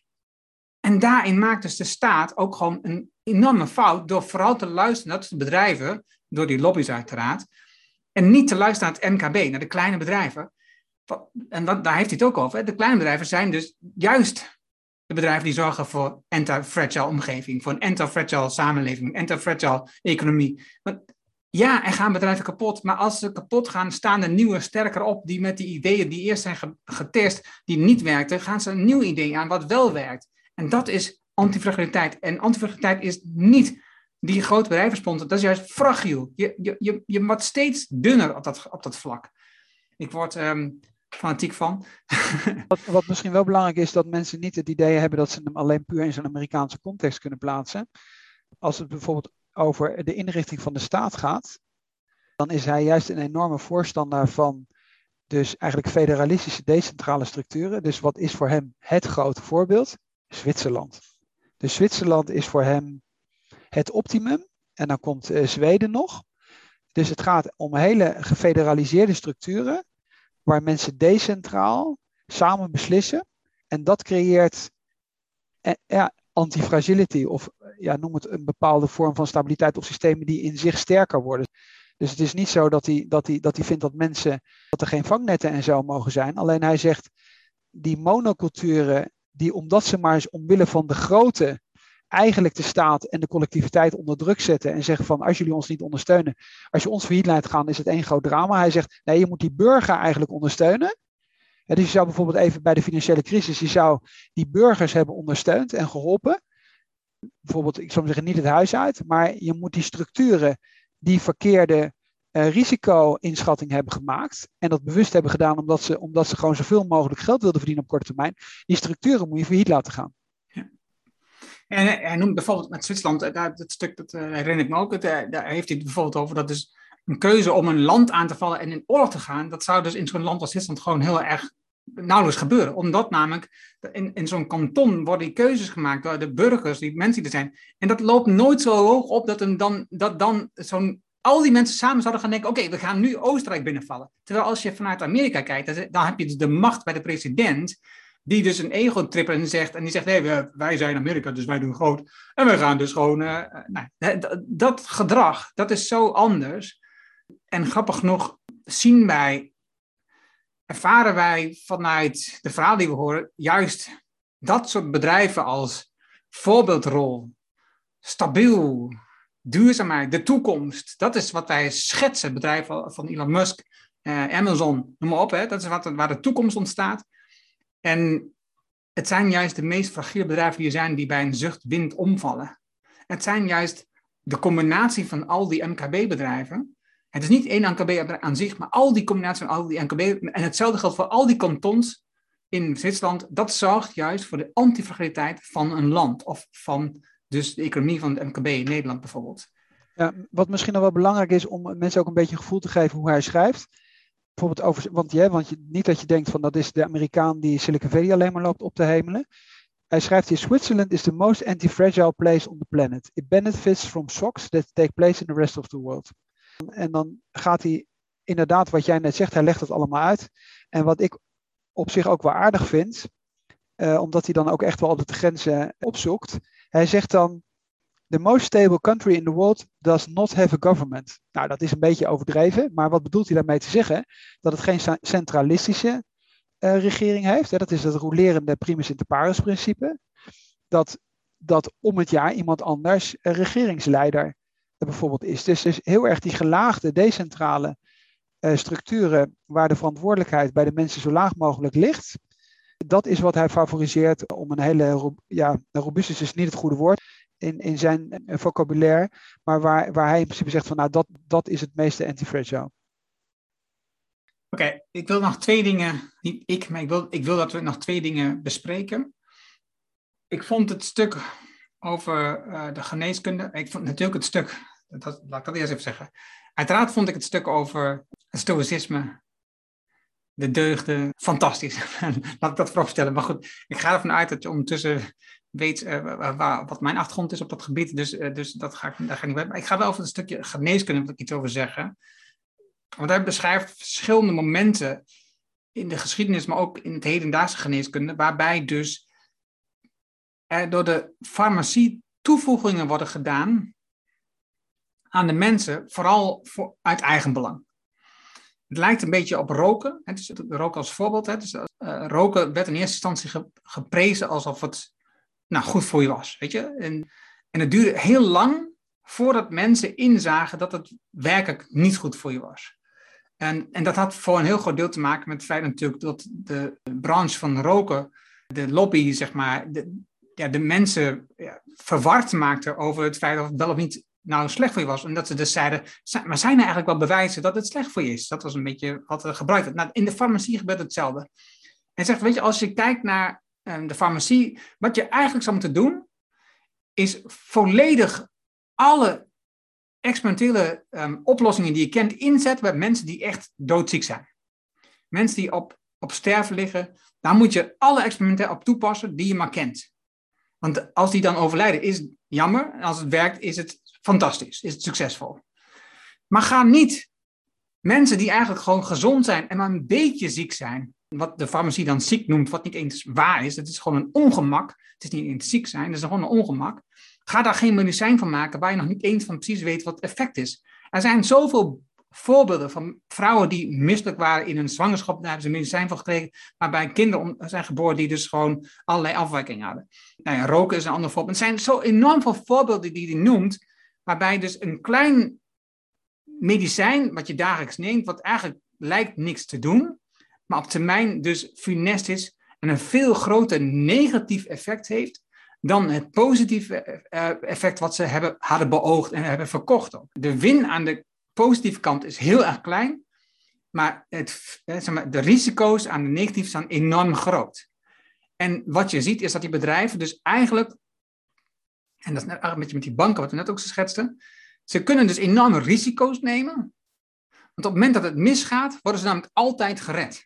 Speaker 1: En daarin maakt dus de staat ook gewoon een enorme fout door vooral te luisteren naar de bedrijven, door die lobby's uiteraard, en niet te luisteren naar het M K B, naar de kleine bedrijven. En dat, daar heeft hij het ook over. Hè. De kleine bedrijven zijn dus juist de bedrijven die zorgen voor een anti-fragile omgeving, voor een anti-fragile samenleving, een anti-fragile economie. Want ja, er gaan bedrijven kapot, maar als ze kapot gaan, staan er nieuwe sterker op die met die ideeën die eerst zijn getest, die niet werkten, gaan ze een nieuw idee aan wat wel werkt. En dat is antifragiliteit. En antifragiliteit is niet die grote bedrijven sponsoren, dat is juist fragiel. Je, je, je, je wordt steeds dunner op dat, op dat vlak. Ik word um, fanatiek van.
Speaker 2: wat, wat misschien wel belangrijk is, dat mensen niet het idee hebben dat ze hem alleen puur in zo'n Amerikaanse context kunnen plaatsen. Als het bijvoorbeeld over de inrichting van de staat gaat, dan is hij juist een enorme voorstander van dus eigenlijk federalistische decentrale structuren. Dus wat is voor hem het grote voorbeeld? Zwitserland. Dus Zwitserland is voor hem het optimum. En dan komt uh, Zweden nog. Dus het gaat om hele gefederaliseerde structuren waar mensen decentraal samen beslissen. En dat creëert eh, ja, antifragility of ja, noem het een bepaalde vorm van stabiliteit of systemen die in zich sterker worden. Dus het is niet zo dat hij, dat hij, dat hij vindt dat mensen, dat er geen vangnetten en zo mogen zijn. Alleen hij zegt, die monoculturen, die omdat ze maar eens omwille van de grootte eigenlijk de staat en de collectiviteit onder druk zetten en zeggen van als jullie ons niet ondersteunen, als je ons failliet laat gaan, is het één groot drama. Hij zegt, nee, je moet die burger eigenlijk ondersteunen. Ja, dus je zou bijvoorbeeld even bij de financiële crisis, je zou die burgers hebben ondersteund en geholpen. Bijvoorbeeld, ik zou zeggen, niet het huis uit, maar je moet die structuren die verkeerde uh, risico-inschatting hebben gemaakt en dat bewust hebben gedaan omdat ze, omdat ze gewoon zoveel mogelijk geld wilden verdienen op korte termijn, die structuren moet je failliet laten gaan.
Speaker 1: Ja. En hij, hij noemt bijvoorbeeld met Zwitserland, daar, dat stuk dat uh, herinner ik me ook, het, uh, daar heeft hij het bijvoorbeeld over dat dus een keuze om een land aan te vallen en in oorlog te gaan, dat zou dus in zo'n land als Zwitserland gewoon heel erg nauwelijks gebeuren. Omdat namelijk in, in zo'n kanton worden die keuzes gemaakt door de burgers, die mensen die er zijn. En dat loopt nooit zo hoog op dat, een dan, dat dan zo'n, al die mensen samen zouden gaan denken, oké, okay, we gaan nu Oostenrijk binnenvallen. Terwijl als je vanuit Amerika kijkt, dan heb je dus de macht bij de president, die dus een ego-tripper en zegt, en die zegt, nee, hey, wij zijn Amerika, dus wij doen groot. En we gaan dus gewoon, uh, nou, dat gedrag, dat is zo anders. En grappig genoeg zien wij, ervaren wij vanuit de verhalen die we horen, juist dat soort bedrijven als voorbeeldrol, stabiel, duurzaamheid, de toekomst. Dat is wat wij schetsen, bedrijven van Elon Musk, uh, Amazon, noem maar op. Hè, dat is wat, waar de toekomst ontstaat. En het zijn juist de meest fragiele bedrijven die er zijn die bij een zuchtwind omvallen. Het zijn juist de combinatie van al die M K B-bedrijven. Het is niet één M K B aan zich, maar al die combinatie van al die M K B. En hetzelfde geldt voor al die kantons in Zwitserland. Dat zorgt juist voor de antifragiliteit van een land. Of van dus de economie van het M K B in Nederland bijvoorbeeld.
Speaker 2: Ja, wat misschien nog wel belangrijk is om mensen ook een beetje een gevoel te geven hoe hij schrijft. Bijvoorbeeld over, want, ja, want je, niet dat je denkt van dat is de Amerikaan die Silicon Valley alleen maar loopt op te hemelen. Hij schrijft hier: Switzerland is the most anti-fragile place on the planet. It benefits from shocks that take place in the rest of the world. En dan gaat hij inderdaad, wat jij net zegt, hij legt het allemaal uit. En wat ik op zich ook wel aardig vind, uh, omdat hij dan ook echt wel altijd de grenzen opzoekt. Hij zegt dan: The most stable country in the world does not have a government. Nou, dat is een beetje overdreven, maar wat bedoelt hij daarmee te zeggen? Dat het geen centralistische uh, regering heeft. Hè? Dat is het rolerende primus inter pares principe. Dat, dat om het jaar iemand anders uh, regeringsleider uh, bijvoorbeeld is. Dus, dus heel erg die gelaagde, decentrale uh, structuren waar de verantwoordelijkheid bij de mensen zo laag mogelijk ligt. Dat is wat hij favoriseert om een hele, ja, robuust is dus niet het goede woord in, in zijn vocabulaire, maar waar, waar hij in principe zegt van nou dat, dat is het meeste anti-fragile.
Speaker 1: Oké, okay, ik wil nog twee dingen, niet ik, maar ik wil, ik wil dat we nog twee dingen bespreken. Ik vond het stuk over uh, de geneeskunde, ik vond natuurlijk het stuk, dat, laat ik dat eerst even zeggen. Uiteraard vond ik het stuk over het stoïcisme, de deugden, fantastisch. Laat ik dat vooropstellen. Maar goed, ik ga ervan uit dat je ondertussen weet uh, waar, wat mijn achtergrond is op dat gebied. Dus, uh, dus dat ga ik, daar ga ik niet bij. Maar ik ga wel over een stukje geneeskunde wil ik iets over zeggen. Want hij beschrijft verschillende momenten in de geschiedenis, maar ook in het hedendaagse geneeskunde, waarbij dus er door de farmacie toevoegingen worden gedaan aan de mensen, vooral voor, uit eigen belang. Het lijkt een beetje op roken. Hè, dus roken als voorbeeld. Hè, dus, uh, roken werd in eerste instantie ge, geprezen alsof het nou, goed voor je was. Weet je? En, en het duurde heel lang voordat mensen inzagen dat het werkelijk niet goed voor je was. En, en dat had voor een heel groot deel te maken met het feit natuurlijk dat de branche van roken, de lobby, zeg maar, de, ja, de mensen ja, verward maakte over het feit of het wel of niet nou slecht voor je was. En dat ze dus zeiden, maar zijn er eigenlijk wel bewijzen dat het slecht voor je is? Dat was een beetje wat er gebruikt werd. Nou, in de farmacie gebeurt hetzelfde. En zegt, weet je, als je kijkt naar um, de farmacie, wat je eigenlijk zou moeten doen, is volledig alle experimentele um, oplossingen die je kent inzetten bij mensen die echt doodziek zijn. Mensen die op, op sterven liggen, daar moet je alle experimenten op toepassen die je maar kent. Want als die dan overlijden, is het jammer. En als het werkt, is het fantastisch, is het succesvol. Maar ga niet mensen die eigenlijk gewoon gezond zijn en maar een beetje ziek zijn, wat de farmacie dan ziek noemt, wat niet eens waar is, het is gewoon een ongemak. Het is niet eens ziek zijn, het is gewoon een ongemak. Ga daar geen medicijn van maken waar je nog niet eens van precies weet wat het effect is. Er zijn zoveel voorbeelden van vrouwen die misselijk waren in hun zwangerschap, daar hebben ze medicijn voor gekregen, waarbij kinderen zijn geboren die dus gewoon allerlei afwijkingen hadden. Nou ja, roken is een ander voorbeeld. Er zijn zo enorm veel voorbeelden die hij noemt, waarbij dus een klein medicijn wat je dagelijks neemt, wat eigenlijk lijkt niks te doen, maar op termijn dus funest is en een veel groter negatief effect heeft dan het positieve effect wat ze hebben, hadden beoogd en hebben verkocht. Ook. De win aan de positieve kant is heel erg klein, maar, het, zeg maar de risico's aan de negatieve zijn enorm groot. En wat je ziet is dat die bedrijven dus eigenlijk, en dat is net een beetje met die banken wat we net ook schetsten, ze kunnen dus enorme risico's nemen, want op het moment dat het misgaat, worden ze namelijk altijd gered.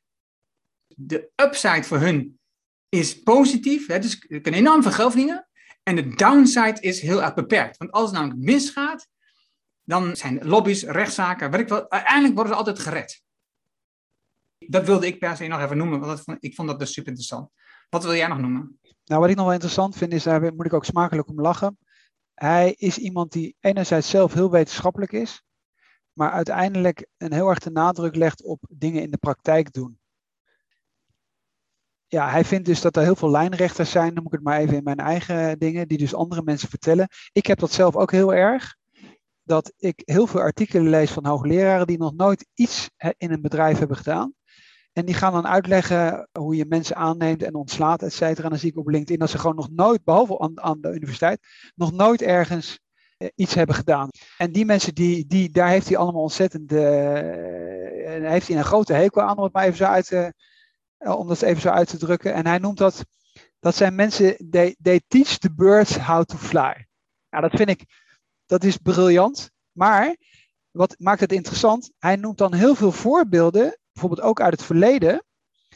Speaker 1: De upside voor hun is positief, hè, dus ze kunnen enorm veel geld verdienen, en de downside is heel erg beperkt. Want als het namelijk misgaat, dan zijn lobby's, rechtszaken, weet ik wel, uiteindelijk worden ze altijd gered. Dat wilde ik per se nog even noemen, want dat, ik vond dat dus super interessant. Wat wil jij nog noemen?
Speaker 2: Nou, wat ik nog wel interessant vind, is daar moet ik ook smakelijk om lachen. Hij is iemand die enerzijds zelf heel wetenschappelijk is, maar uiteindelijk een heel erg de nadruk legt op dingen in de praktijk doen. Ja, hij vindt dus dat er heel veel lijnrechters zijn, dan moet ik het maar even in mijn eigen dingen, die dus andere mensen vertellen. Ik heb dat zelf ook heel erg, dat ik heel veel artikelen lees van hoogleraren die nog nooit iets in een bedrijf hebben gedaan. En die gaan dan uitleggen hoe je mensen aanneemt en ontslaat, et cetera. En dan zie ik op LinkedIn dat ze gewoon nog nooit, behalve aan, aan de universiteit, nog nooit ergens eh, iets hebben gedaan. En die mensen, die, die, daar heeft hij allemaal ontzettend, uh, heeft hij een grote hekel aan, om het maar even zo uit te, uh, om dat even zo uit te drukken. En hij noemt dat, dat zijn mensen, they, they teach the birds how to fly. Nou, dat vind ik, dat is briljant. Maar, wat maakt het interessant? Hij noemt dan heel veel voorbeelden, bijvoorbeeld ook uit het verleden,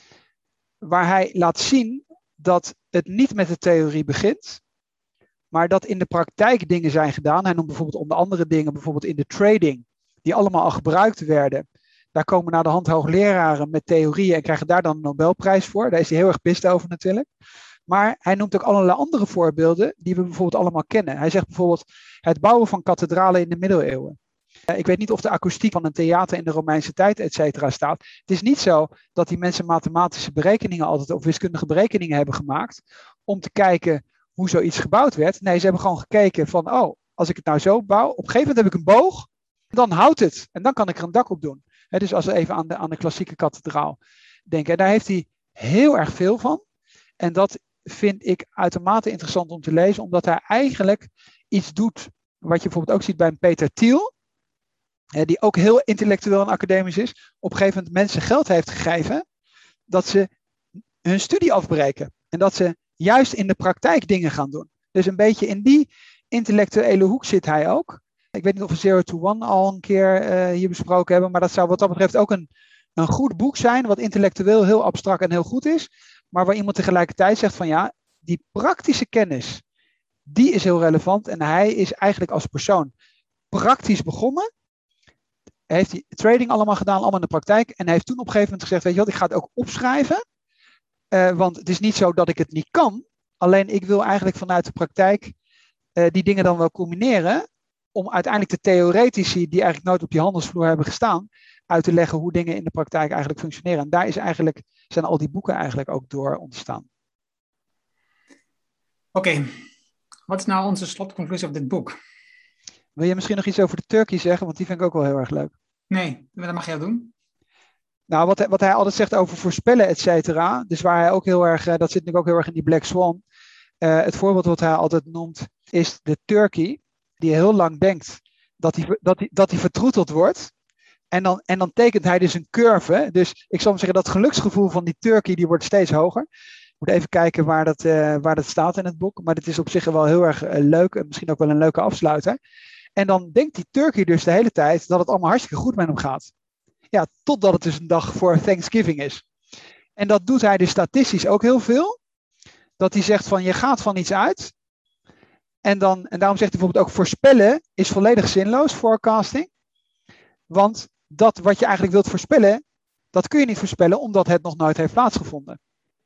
Speaker 2: waar hij laat zien dat het niet met de theorie begint, maar dat in de praktijk dingen zijn gedaan. Hij noemt bijvoorbeeld onder andere dingen, bijvoorbeeld in de trading, die allemaal al gebruikt werden. Daar komen naar de hand hoogleraren met theorieën en krijgen daar dan een Nobelprijs voor. Daar is hij heel erg pist over natuurlijk. Maar hij noemt ook allerlei andere voorbeelden die we bijvoorbeeld allemaal kennen. Hij zegt bijvoorbeeld het bouwen van kathedralen in de middeleeuwen. Ik weet niet of de akoestiek van een theater in de Romeinse tijd, et cetera, staat. Het is niet zo dat die mensen mathematische berekeningen altijd, of wiskundige berekeningen hebben gemaakt om te kijken hoe zoiets gebouwd werd. Nee, ze hebben gewoon gekeken van, oh, als ik het nou zo bouw, op een gegeven moment heb ik een boog, dan houdt het. En dan kan ik er een dak op doen. He, dus als we even aan de, aan de klassieke kathedraal denken. En daar heeft hij heel erg veel van. En dat vind ik uitermate interessant om te lezen, omdat hij eigenlijk iets doet wat je bijvoorbeeld ook ziet bij een Peter Thiel, die ook heel intellectueel en academisch is, op een gegeven moment mensen geld heeft gegeven dat ze hun studie afbreken. En dat ze juist in de praktijk dingen gaan doen. Dus een beetje in die intellectuele hoek zit hij ook. Ik weet niet of we Zero to One al een keer uh, hier besproken hebben, maar dat zou wat dat betreft ook een, een goed boek zijn, wat intellectueel heel abstract en heel goed is, maar waar iemand tegelijkertijd zegt van ja, die praktische kennis, die is heel relevant en hij is eigenlijk als persoon praktisch begonnen. Hij heeft die trading allemaal gedaan, allemaal in de praktijk. En hij heeft toen op een gegeven moment gezegd, weet je wat, ik ga het ook opschrijven. Uh, want het is niet zo dat ik het niet kan. Alleen ik wil eigenlijk vanuit de praktijk uh, die dingen dan wel combineren. Om uiteindelijk de theoretici die eigenlijk nooit op die handelsvloer hebben gestaan, uit te leggen hoe dingen in de praktijk eigenlijk functioneren. En daar is eigenlijk, zijn al die boeken eigenlijk ook door ontstaan.
Speaker 1: Oké, okay. Wat is nou onze slotconclusie op dit boek?
Speaker 2: Wil je misschien nog iets over de Turkey zeggen? Want die vind ik ook wel heel erg leuk.
Speaker 1: Nee, dat mag jij doen.
Speaker 2: Nou, wat hij, wat hij altijd zegt over voorspellen, et cetera. Dus waar hij ook heel erg, dat zit natuurlijk ook heel erg in die Black Swan. Uh, het voorbeeld wat hij altijd noemt is de Turkey, die heel lang denkt dat hij, dat hij, dat hij vertroeteld wordt. En dan, en dan tekent hij dus een curve. Dus ik zal maar zeggen, dat geluksgevoel van die Turkey, die wordt steeds hoger. Ik moet even kijken waar dat, uh, waar dat staat in het boek. Maar het is op zich wel heel erg uh, leuk. En misschien ook wel een leuke afsluiter. En dan denkt die Turkey dus de hele tijd dat het allemaal hartstikke goed met hem gaat. Ja, totdat het dus een dag voor Thanksgiving is. En dat doet hij dus statistisch ook heel veel. Dat hij zegt van je gaat van iets uit. En, dan, en daarom zegt hij bijvoorbeeld ook voorspellen is volledig zinloos, forecasting. Want dat wat je eigenlijk wilt voorspellen, dat kun je niet voorspellen omdat het nog nooit heeft plaatsgevonden.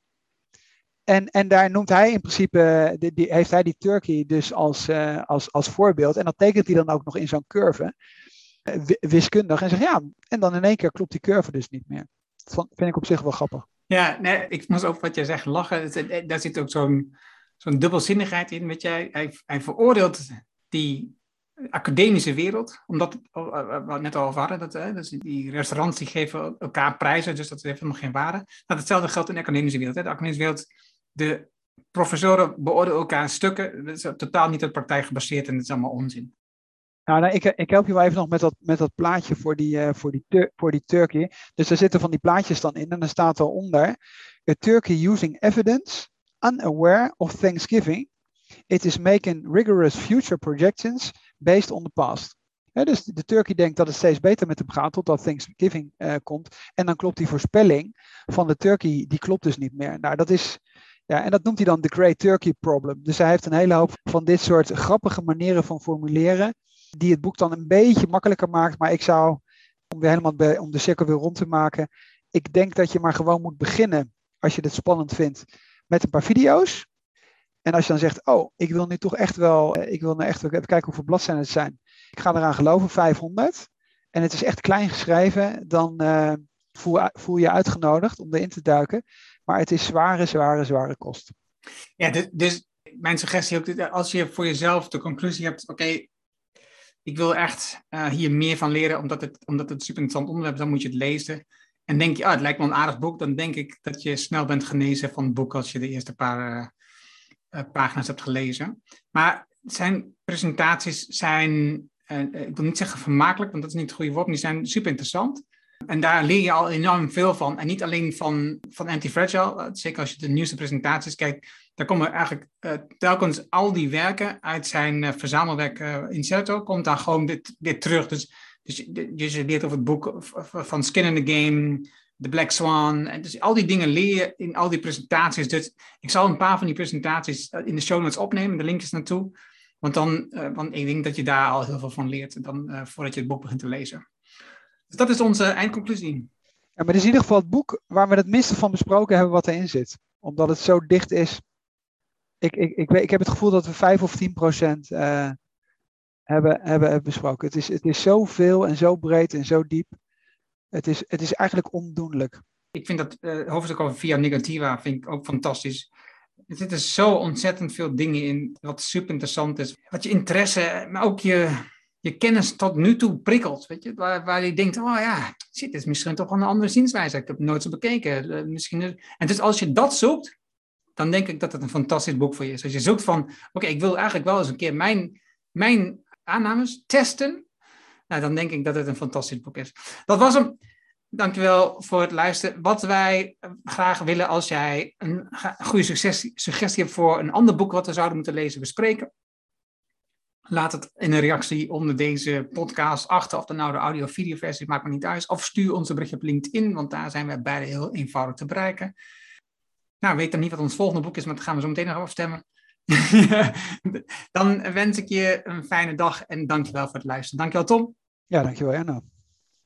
Speaker 2: En, en daar noemt hij in principe, die, die, heeft hij die Turkey dus als, uh, als, als voorbeeld. En dat tekent hij dan ook nog in zo'n curve, uh, wiskundig. En zegt ja, en dan in één keer klopt die curve dus niet meer. Dat vind ik op zich wel grappig.
Speaker 1: Ja, nee, ik moest ook wat jij zegt lachen. Het, daar zit ook zo'n, zo'n dubbelzinnigheid in. Weet jij? Hij, hij veroordeelt die academische wereld, omdat, wat we net al over hadden, dat, hè, dus die restaurants die geven elkaar prijzen, dus dat heeft helemaal geen waarde. Nou, hetzelfde geldt in de academische wereld. Hè. De academische wereld, de professoren beoordelen elkaar stukken, dat is totaal niet op praktijk gebaseerd en dat is allemaal onzin.
Speaker 2: Nou, nou ik, ik help je wel even nog met dat, met dat plaatje voor die, uh, voor, die tur- voor die Turkey. Dus daar zitten van die plaatjes dan in en dan staat eronder, a Turkey using evidence, unaware of Thanksgiving. It is making rigorous future projections based on the past. He, dus de Turkey denkt dat het steeds beter met hem gaat totdat Thanksgiving uh, komt. En dan klopt die voorspelling van de Turkey, die klopt dus niet meer. Nou, dat is, ja, en dat noemt hij dan de Great Turkey Problem. Dus hij heeft een hele hoop van dit soort grappige manieren van formuleren, die het boek dan een beetje makkelijker maakt. Maar ik zou, om weer helemaal bij, om de cirkel weer rond te maken, ik denk dat je maar gewoon moet beginnen, als je dit spannend vindt, met een paar video's. En als je dan zegt, oh, ik wil nu toch echt wel, ik wil nu echt even kijken hoeveel bladzijden het zijn. Ik ga eraan geloven, vijfhonderd. En het is echt klein geschreven, dan uh, voel, voel je uitgenodigd om erin te duiken. Maar het is zware, zware, zware kost.
Speaker 1: Ja, dus, dus mijn suggestie ook, als je voor jezelf de conclusie hebt, oké, okay, ik wil echt uh, hier meer van leren, omdat het, omdat het een super interessant onderwerp is, dan moet je het lezen. en denk je, ah, het lijkt me een aardig boek, dan denk ik dat je snel bent genezen van het boek als je de eerste paar uh, uh, pagina's hebt gelezen. Maar zijn presentaties zijn, uh, ik wil niet zeggen vermakelijk, want dat is niet het goede woord, maar die zijn super interessant. En daar leer je al enorm veel van. En niet alleen van, van Anti-Fragile, zeker als je de nieuwste presentaties kijkt, daar komen eigenlijk uh, telkens al die werken uit zijn uh, verzamelwerk uh, Incerto, komt daar gewoon dit, dit terug. Dus, dus je, je leert over het boek van Skin in the Game, The Black Swan. En dus al die dingen leer je in al die presentaties. Dus ik zal een paar van die presentaties in de show notes opnemen, de linkjes naartoe. Want dan, uh, want ik denk dat je daar al heel veel van leert dan, uh, voordat je het boek begint te lezen. Dus dat is onze eindconclusie.
Speaker 2: Ja, maar het is in ieder geval het boek waar we het minste van besproken hebben wat erin zit. Omdat het zo dicht is. Ik, ik, ik, weet, ik heb het gevoel dat we vijf of tien procent uh, hebben, hebben besproken. Het is, het is zo veel en zo breed en zo diep. Het is, het is eigenlijk ondoenlijk.
Speaker 1: Ik vind dat uh, hoofdstuk over Via Negativa vind ik ook fantastisch. Er zitten zo ontzettend veel dingen in wat super interessant is. Wat je interesse, maar ook je, je kennis tot nu toe prikkelt. Weet je? Waar, waar je denkt, oh ja, shit, dit is misschien toch wel een andere zienswijze. Ik heb het nooit zo bekeken. Uh, misschien... En dus als je dat zoekt, dan denk ik dat het een fantastisch boek voor je is. Als je zoekt van, oké, okay, ik wil eigenlijk wel eens een keer mijn, mijn aannames testen. Nou, dan denk ik dat het een fantastisch boek is. Dat was hem. Dankjewel voor het luisteren. Wat wij graag willen als jij een goede suggestie, suggestie hebt voor een ander boek wat we zouden moeten lezen, bespreken. Laat het in een reactie onder deze podcast achter, of de nou de audio- of videoversie, maakt me niet uit. Of stuur ons een berichtje op LinkedIn, want daar zijn wij beide heel eenvoudig te bereiken. Nou, weet dan niet wat ons volgende boek is, maar dat gaan we zo meteen nog afstemmen. Dan wens ik je een fijne dag en dankjewel voor het luisteren. Dankjewel, Tom.
Speaker 2: Ja, dankjewel, Erno.